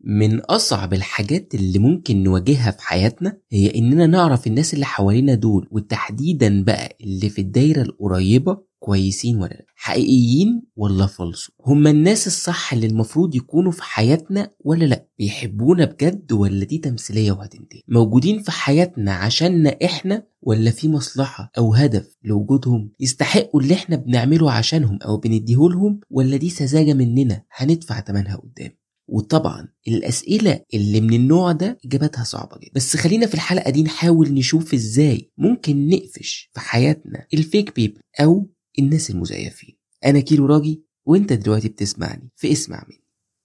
من أصعب الحاجات اللي ممكن نواجهها في حياتنا هي إننا نعرف الناس اللي حوالينا دول، وتحديدا بقى اللي في الدايرة القريبة، كويسين ولا لا، حقيقيين ولا فالصو، هما الناس الصح اللي المفروض يكونوا في حياتنا ولا لا، بيحبونا بجد ولا دي تمثيلية وهتنتهي، موجودين في حياتنا عشاننا احنا ولا في مصلحة او هدف لوجودهم، يستحقوا اللي احنا بنعمله عشانهم او بنديهولهم، ولا دي سذاجة مننا هندفع ثمنها قدام. وطبعا الأسئلة اللي من النوع ده إجابتها صعبة جدا، بس خلينا في الحلقة دي نحاول نشوف إزاي ممكن نقفش في حياتنا الفيك بيبل أو الناس المزيفين. أنا كيلو راجي، وإنت دلوقتي بتسمعني في اسمع مني.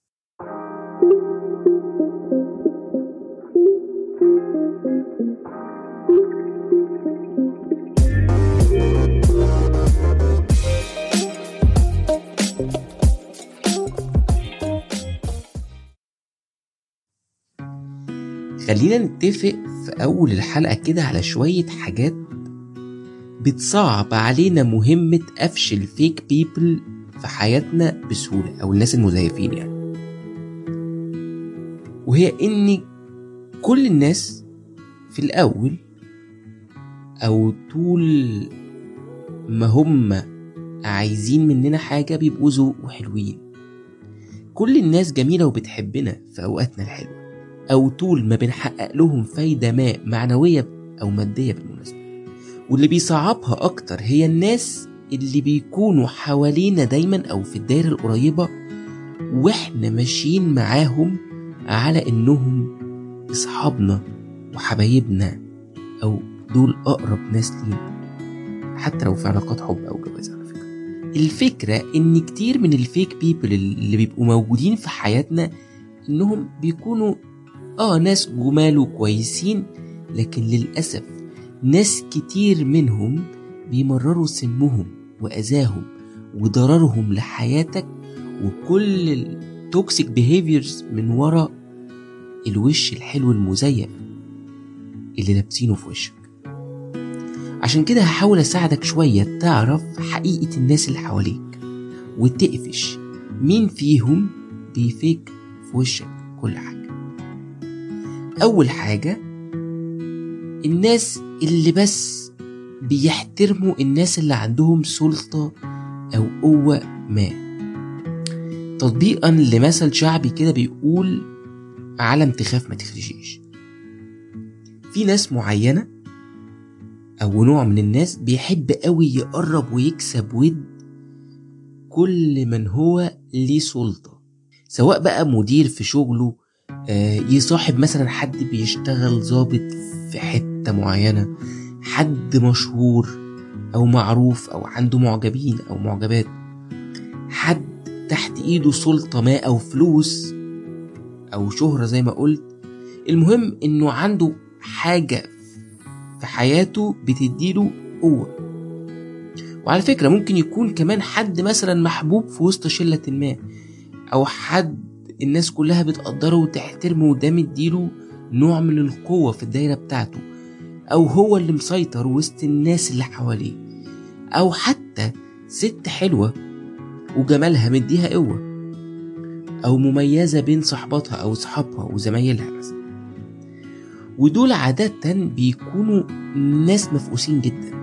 خلينا نتفق في أول الحلقة كده على شوية حاجات بتصعب علينا مهمة قفش الفيك بيبل في حياتنا بسهولة، أو الناس المزيفين يعني. وهي إن كل الناس في الأول أو طول ما هم عايزين مننا حاجة بيبقوا ذوق وحلوين. كل الناس جميلة وبتحبنا في أوقاتنا الحلوة، أو طول ما بنحقق لهم فايدة ما معنوية أو مادية بالمناسبة. واللي بيصعبها أكتر هي الناس اللي بيكونوا حوالينا دايما أو في الدائرة القريبة، وإحنا ماشيين معاهم على إنهم أصحابنا وحبايبنا، أو دول أقرب ناس لينا، حتى لو في علاقات حب أو جواز. على فكرة الفكرة إن كتير من الفيك بيبل اللي بيبقوا موجودين في حياتنا إنهم بيكونوا ناس جمال وكويسين، لكن للأسف ناس كتير منهم بيمرروا سمهم وأذاهم وضررهم لحياتك وكل التوكسيك بيهيفيرز من وراء الوش الحلو المزيف اللي لابسينه في وشك. عشان كده هحاول أساعدك شوية تعرف حقيقة الناس اللي حواليك، وتقفش مين فيهم بيفيك في وشك كل حاجة. أول حاجة، الناس اللي بس بيحترموا الناس اللي عندهم سلطة أو قوة ما، تطبيقا لمثل شعبي كده بيقول علم تخاف ما تخرجيش. في ناس معينة أو نوع من الناس بيحب قوي يقرب ويكسب ود كل من هو ليه سلطة، سواء بقى مدير في شغله، يصاحب مثلا حد بيشتغل ضابط في حتة معينة، حد مشهور أو معروف أو عنده معجبين أو معجبات، حد تحت إيده سلطة ما أو فلوس أو شهرة زي ما قلت. المهم إنه عنده حاجة في حياته بتديله قوة. وعلى فكرة ممكن يكون كمان حد مثلا محبوب في وسط شلة ما، أو حد الناس كلها بتقدره وتحترمه وده مديله نوع من القوة في الدايرة بتاعته، أو هو اللي مسيطر وسط الناس اللي حواليه، أو حتى ست حلوة وجمالها مديها قوة، أو مميزة بين صحباتها أو صحابها وزمايلها مثلا. ودول عادة بيكونوا ناس مفقوسين جدا،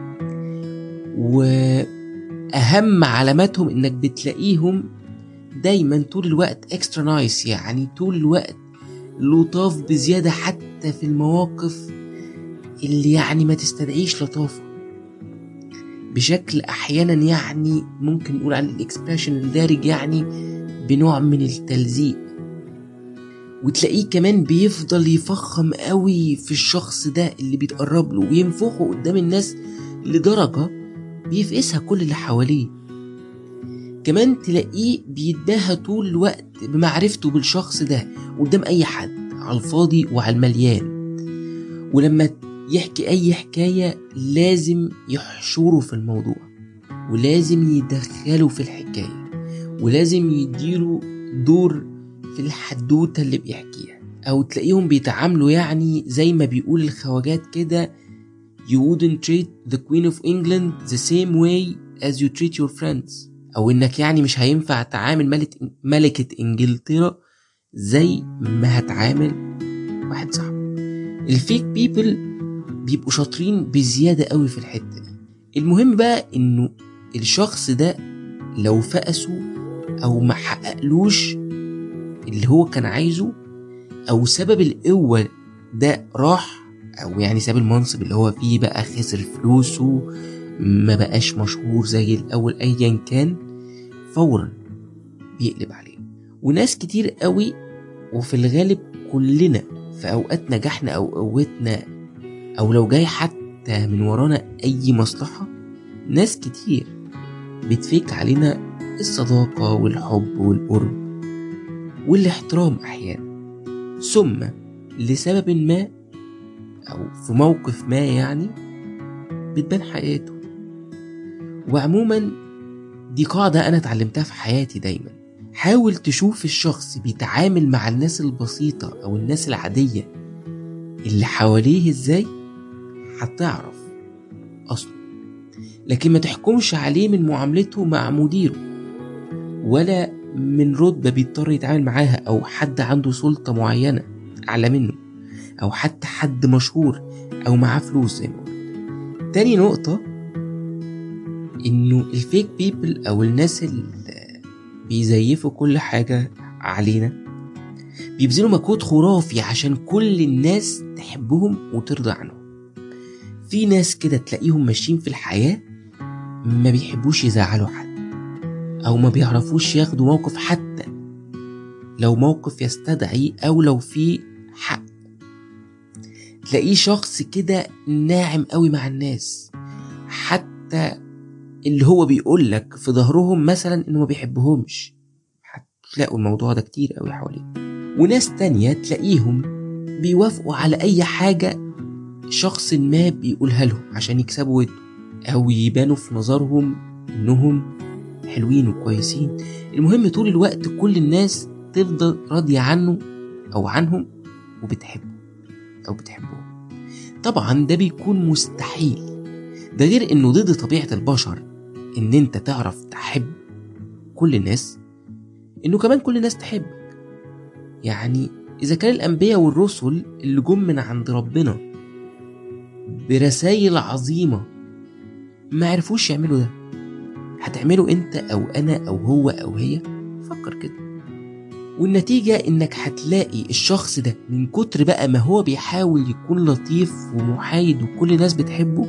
وأهم علاماتهم إنك بتلاقيهم دايما طول الوقت extra nice، يعني طول الوقت لطاف بزيادة حتى في المواقف اللي يعني ما تستدعيش لطافة، بشكل أحيانا يعني ممكن نقول عن الإكسبريشن الدارج يعني بنوع من التلزيق. وتلاقيه كمان بيفضل يفخم قوي في الشخص ده اللي بيتقرب له وينفخه قدام الناس لدرجة بيفقسها كل اللي حواليه. كمان تلاقيه بيداها طول الوقت بمعرفته بالشخص ده قدام أي حد على الفاضي وعلى المليان، ولما يحكي أي حكاية لازم يحشره في الموضوع، ولازم يدخله في الحكاية، ولازم يديله دور في الحدوتة اللي بيحكيها. أو تلاقيهم بيتعاملوا يعني زي ما بيقول الخواجات كده You wouldn't treat the Queen of England the same way as you treat your friends، أو إنك يعني مش هينفع تعامل ملكة إنجلترا زي ما هتعامل واحد صاحبي. الفيك بيبل بيبقوا شاطرين بزيادة قوي في الحتة دي. المهم بقى انه الشخص ده لو فقسه او ما حققلوش اللي هو كان عايزه، او سبب القوة ده راح، او يعني ساب المنصب اللي هو فيه بقى، خسر فلوسه، ما بقاش مشهور زي الاول، ايا كان، فورا بيقلب عليه. وناس كتير قوي، وفي الغالب كلنا في اوقات نجاحنا او قوتنا، او لو جاي حتى من ورانا اي مصلحة، ناس كتير بتفيك علينا الصداقة والحب والقرب والاحترام احيانا، ثم لسبب ما او في موقف ما يعني بتبان حقيقته. وعموما دي قاعدة انا اتعلمتها في حياتي دايما. حاول تشوف الشخص بيتعامل مع الناس البسيطة او الناس العادية اللي حواليه ازاي، هتعرف اصلا. لكن ما تحكمش عليه من معاملته مع مديره، ولا من رتبة بيضطر يتعامل معاها، او حد عنده سلطة معينة اعلى منه، او حتى حد مشهور او معاه فلوس زي ما قلت. تاني نقطة، انه الفيك بيبل او الناس اللي بيزيفوا كل حاجة علينا بيبذلوا مجهود خرافي عشان كل الناس تحبهم وترضى عنهم. في ناس كده تلاقيهم ماشيين في الحياة ما بيحبوش يزعلوا حد، او ما بيعرفوش ياخدوا موقف حتى لو موقف يستدعي، او لو في حق. تلاقيه شخص كده ناعم قوي مع الناس، حتى اللي هو بيقولك في ظهرهم مثلا انه ما بيحبهمش. هتلاقوا الموضوع ده كتير قوي حواليه. وناس تانية تلاقيهم بيوافقوا على اي حاجة شخص ما بيقولها لهم عشان يكسبوا وده، او يبانوا في نظرهم انهم حلوين وكويسين. المهم طول الوقت كل الناس تفضل راضية عنه او عنهم وبتحبه او بتحبهم. طبعا ده بيكون مستحيل، ده غير انه ضد طبيعة البشر ان انت تعرف تحب كل الناس، انه كمان كل الناس تحبك. يعني اذا كان الانبياء والرسل اللي جم من عند ربنا برسائل عظيمة ما عرفوش يعملوا ده، هتعمله انت او انا او هو او هي؟ فكر كده. والنتيجة انك هتلاقي الشخص ده من كتر بقى ما هو بيحاول يكون لطيف ومحايد وكل الناس بتحبه،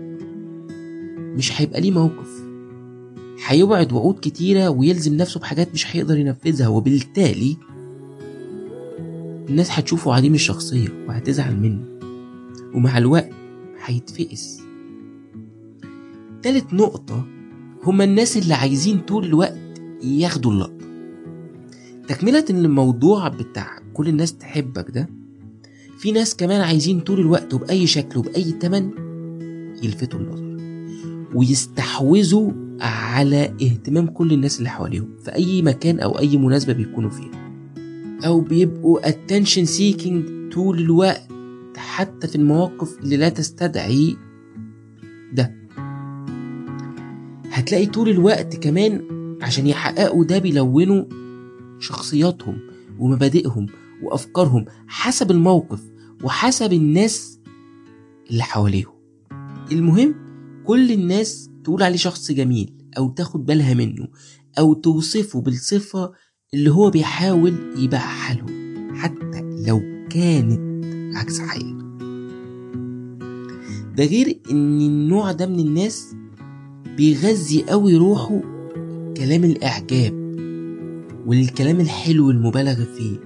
مش هيبقى ليه موقف، هيوعد وعود كتيرة ويلزم نفسه بحاجات مش هيقدر ينفذها، وبالتالي الناس هتشوفه عديم الشخصية وهتزعل منه، ومع الوقت هيتفقس. تالت نقطة، هما الناس اللي عايزين طول الوقت ياخدوا اللقطة. تكملة الموضوع بتاع كل الناس تحبك ده، في ناس كمان عايزين طول الوقت وبأي شكل وبأي تمن يلفتوا النظر ويستحوذوا على اهتمام كل الناس اللي حواليهم في أي مكان أو أي مناسبة بيكونوا فيها، أو بيبقوا attention seeking طول الوقت حتى في المواقف اللي لا تستدعي ده. هتلاقي طول الوقت كمان عشان يحققوا ده بيلونوا شخصياتهم ومبادئهم وأفكارهم حسب الموقف وحسب الناس اللي حواليهم. المهم كل الناس تقول عليه شخص جميل أو تاخد بالها منه أو توصفه بالصفة اللي هو بيحاول يبيعها له حتى لو كانت عكس حقيقته. ده غير ان النوع ده من الناس بيغذي قوي روحه كلام الإعجاب والكلام الحلو المبالغ فيه،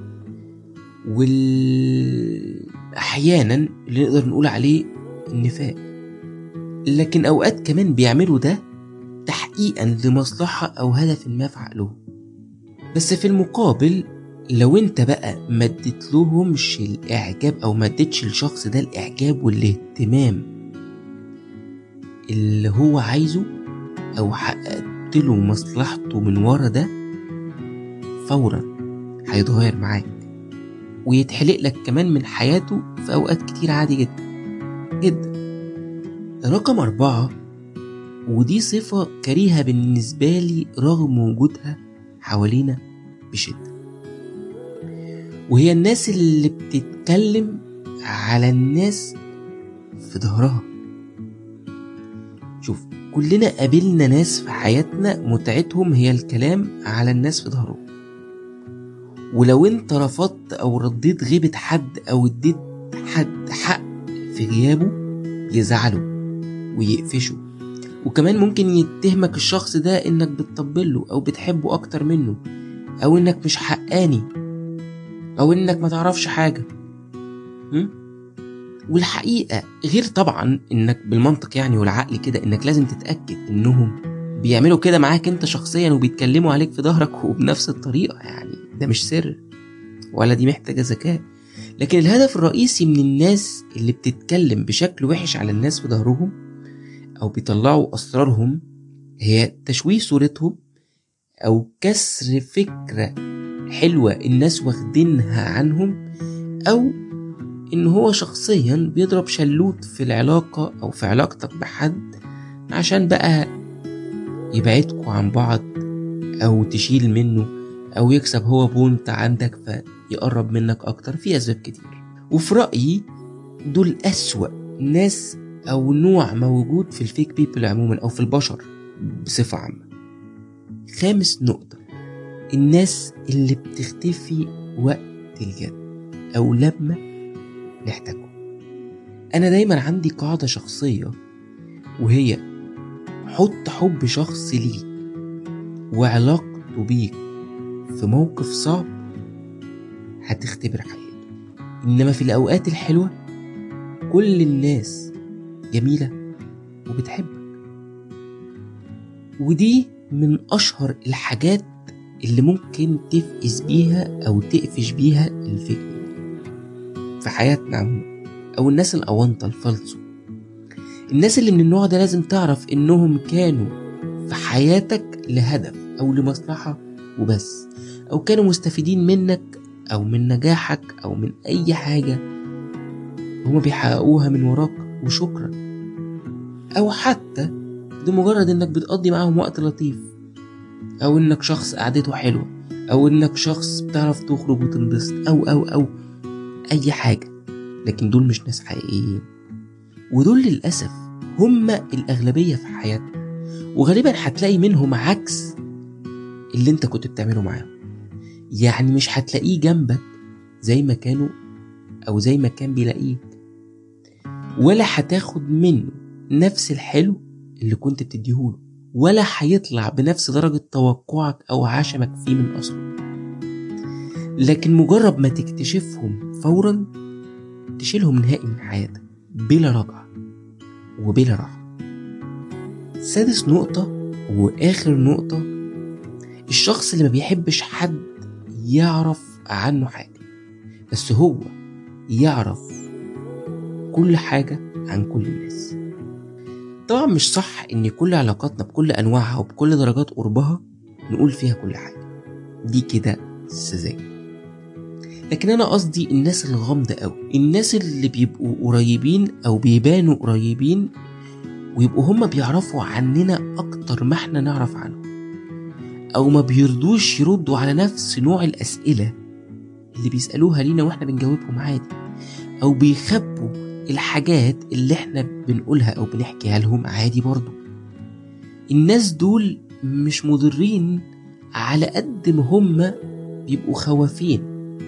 والأحيانا اللي نقدر نقول عليه النفاق. لكن أوقات كمان بيعملوا ده تحقيقا لمصلحة أو هدف ما في عقلهم. بس في المقابل لو انت بقى مدت لهمش الإعجاب أو مدتش الشخص ده الإعجاب والاهتمام اللي هو عايزه، أو حققت له مصلحته من ورا ده، فورا هيتغير معاك ويتحلق لك كمان من حياته في أوقات كتير عادي جدا جدا. رقم 4، ودي صفة كريهة بالنسبة لي رغم وجودها حوالينا بشدة، وهي الناس اللي بتتكلم على الناس في ظهرها. شوف، كلنا قابلنا ناس في حياتنا متعتهم هي الكلام على الناس في ظهرهم، ولو انت رفضت او رديت غيبة حد او اديت حد حق في غيابه يزعله ويقفشه، وكمان ممكن يتهمك الشخص ده انك بتطبله او بتحبه اكتر منه، او انك مش حقاني، او انك ما تعرفش حاجة. والحقيقة غير طبعا انك بالمنطق يعني والعقل كده انك لازم تتأكد انهم بيعملوا كده معاك انت شخصيا وبيتكلموا عليك في ظهرك وبنفس الطريقة، يعني ده مش سر ولا دي محتاجة ذكاء. لكن الهدف الرئيسي من الناس اللي بتتكلم بشكل وحش على الناس في ظهرهم او بيطلعوا اسرارهم هي تشويه صورتهم او كسر فكرة حلوة الناس واخدينها عنهم، او ان هو شخصيا بيضرب شلوت في العلاقة او في علاقتك بحد عشان بقى يبعدكوا عن بعض او تشيل منه او يكسب هو بونت عندك فيقرب منك اكتر في اسباب كتير. وفي رأيي دول اسوأ ناس او نوع موجود في الفيك بيبل عموما او في البشر بصفة عامة. خامس نقطة، الناس اللي بتختفي وقت الجد او لما نحتاجه. انا دايما عندي قاعدة شخصية وهي حط حب شخص ليك وعلاقته بيك في موقف صعب هتختبر حياته، انما في الاوقات الحلوة كل الناس جميلة وبتحبك. ودي من اشهر الحاجات اللي ممكن تفقس بيها او تقفش بيها الفيك في حياتنا عموما، او الناس الاونطة الفالصو. الناس اللي من النوع ده لازم تعرف انهم كانوا في حياتك لهدف او لمصلحة وبس، او كانوا مستفيدين منك او من نجاحك او من اي حاجة هما بيحققوها من وراك وشكرا، او حتى لمجرد انك بتقضي معاهم وقت لطيف، او انك شخص قعدته حلوة، او انك شخص بتعرف تخرج وتنبسط او اي حاجة. لكن دول مش ناس حقيقيين، ودول للأسف هم الأغلبية في حياتنا، وغالبا هتلاقي منهم عكس اللي انت كنت بتعمله معاهم. يعني مش هتلاقيه جنبك زي ما كانوا او زي ما كان بيلاقيك، ولا هتاخد منه نفس الحلو اللي كنت بتديهوله، ولا هيطلع بنفس درجة توقعك او عشمك فيه من اصله. لكن مجرد ما تكتشفهم فورا تشيلهم نهائي من حياتك بلا رجعة وبلا راحة. سادس نقطة واخر نقطة، الشخص اللي ما بيحبش حد يعرف عنه حاجة، بس هو يعرف كل حاجة عن كل الناس. طبعا مش صح ان كل علاقاتنا بكل انواعها وبكل درجات قربها نقول فيها كل حاجة، دي كده سذاجة. لكن انا قصدي الناس الغامضة قوي، الناس اللي بيبقوا قريبين او بيبانوا قريبين ويبقوا هما بيعرفوا عننا اكتر ما احنا نعرف عنهم، او ما بيرضوش يردوا على نفس نوع الاسئلة اللي بيسألوها لينا واحنا بنجاوبهم عادي، او بيخبوا الحاجات اللي احنا بنقولها او بنحكيها لهم عادي برضو. الناس دول مش مضرين على قد ما هم بيبقوا خوافين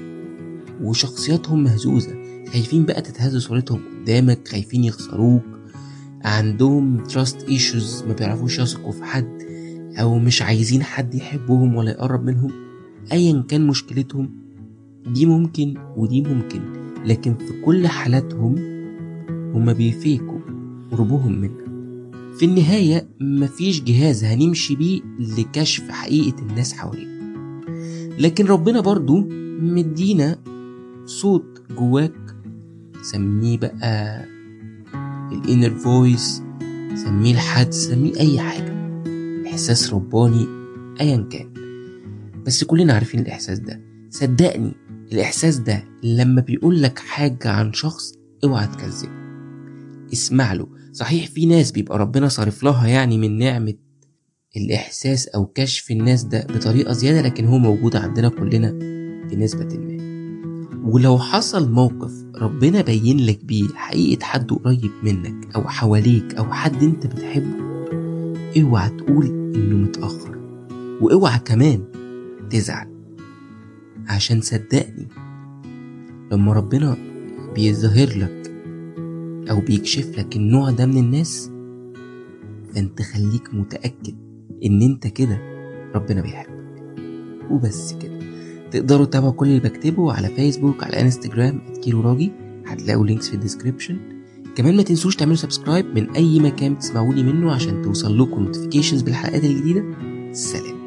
وشخصياتهم مهزوزة، خايفين بقى تتهز صورتهم قدامك، خايفين يخسروك، عندهم trust issues، ما بيعرفوش يثقوا في حد، او مش عايزين حد يحبهم ولا يقرب منهم. ايا كان مشكلتهم دي ممكن ودي ممكن، لكن في كل حالاتهم هما بيفيكوا قربهم منك. في النهاية مفيش جهاز هنمشي بيه لكشف حقيقة الناس حوالينا، لكن ربنا برضو مدينا صوت جواك، سميه بقى الانر فويس، سميه الحد، سميه اي حاجة، احساس رباني ايا كان، بس كلنا عارفين الاحساس ده. صدقني الاحساس ده لما بيقول لك حاجة عن شخص اوعى تكذب، اسمع له. صحيح في ناس بيبقى ربنا صارف لها يعني من نعمة الاحساس او كشف الناس ده بطريقة زيادة، لكن هو موجود عندنا كلنا بنسبة ما. ولو حصل موقف ربنا بين لك بيه حقيقة حد قريب منك أو حواليك أو حد انت بتحبه، اوعى تقول انه متأخر، واوعى كمان تزعل، عشان صدقني لما ربنا بيظهر لك او بيكشف لك النوع ده من الناس، فانت خليك متأكد ان انت كده ربنا بيحبك. وبس كده. تقدروا تتابعوا كل اللي بكتبه على فيسبوك، على انستجرام @كيروراجي، هتلاقوا لينكس في الديسكريبشن. كمان ما تنسوش تعملوا سبسكرايب من اي مكان تسمعوني منه عشان توصل لكم نوتيفيكيشنز بالحلقات الجديدة. سلام.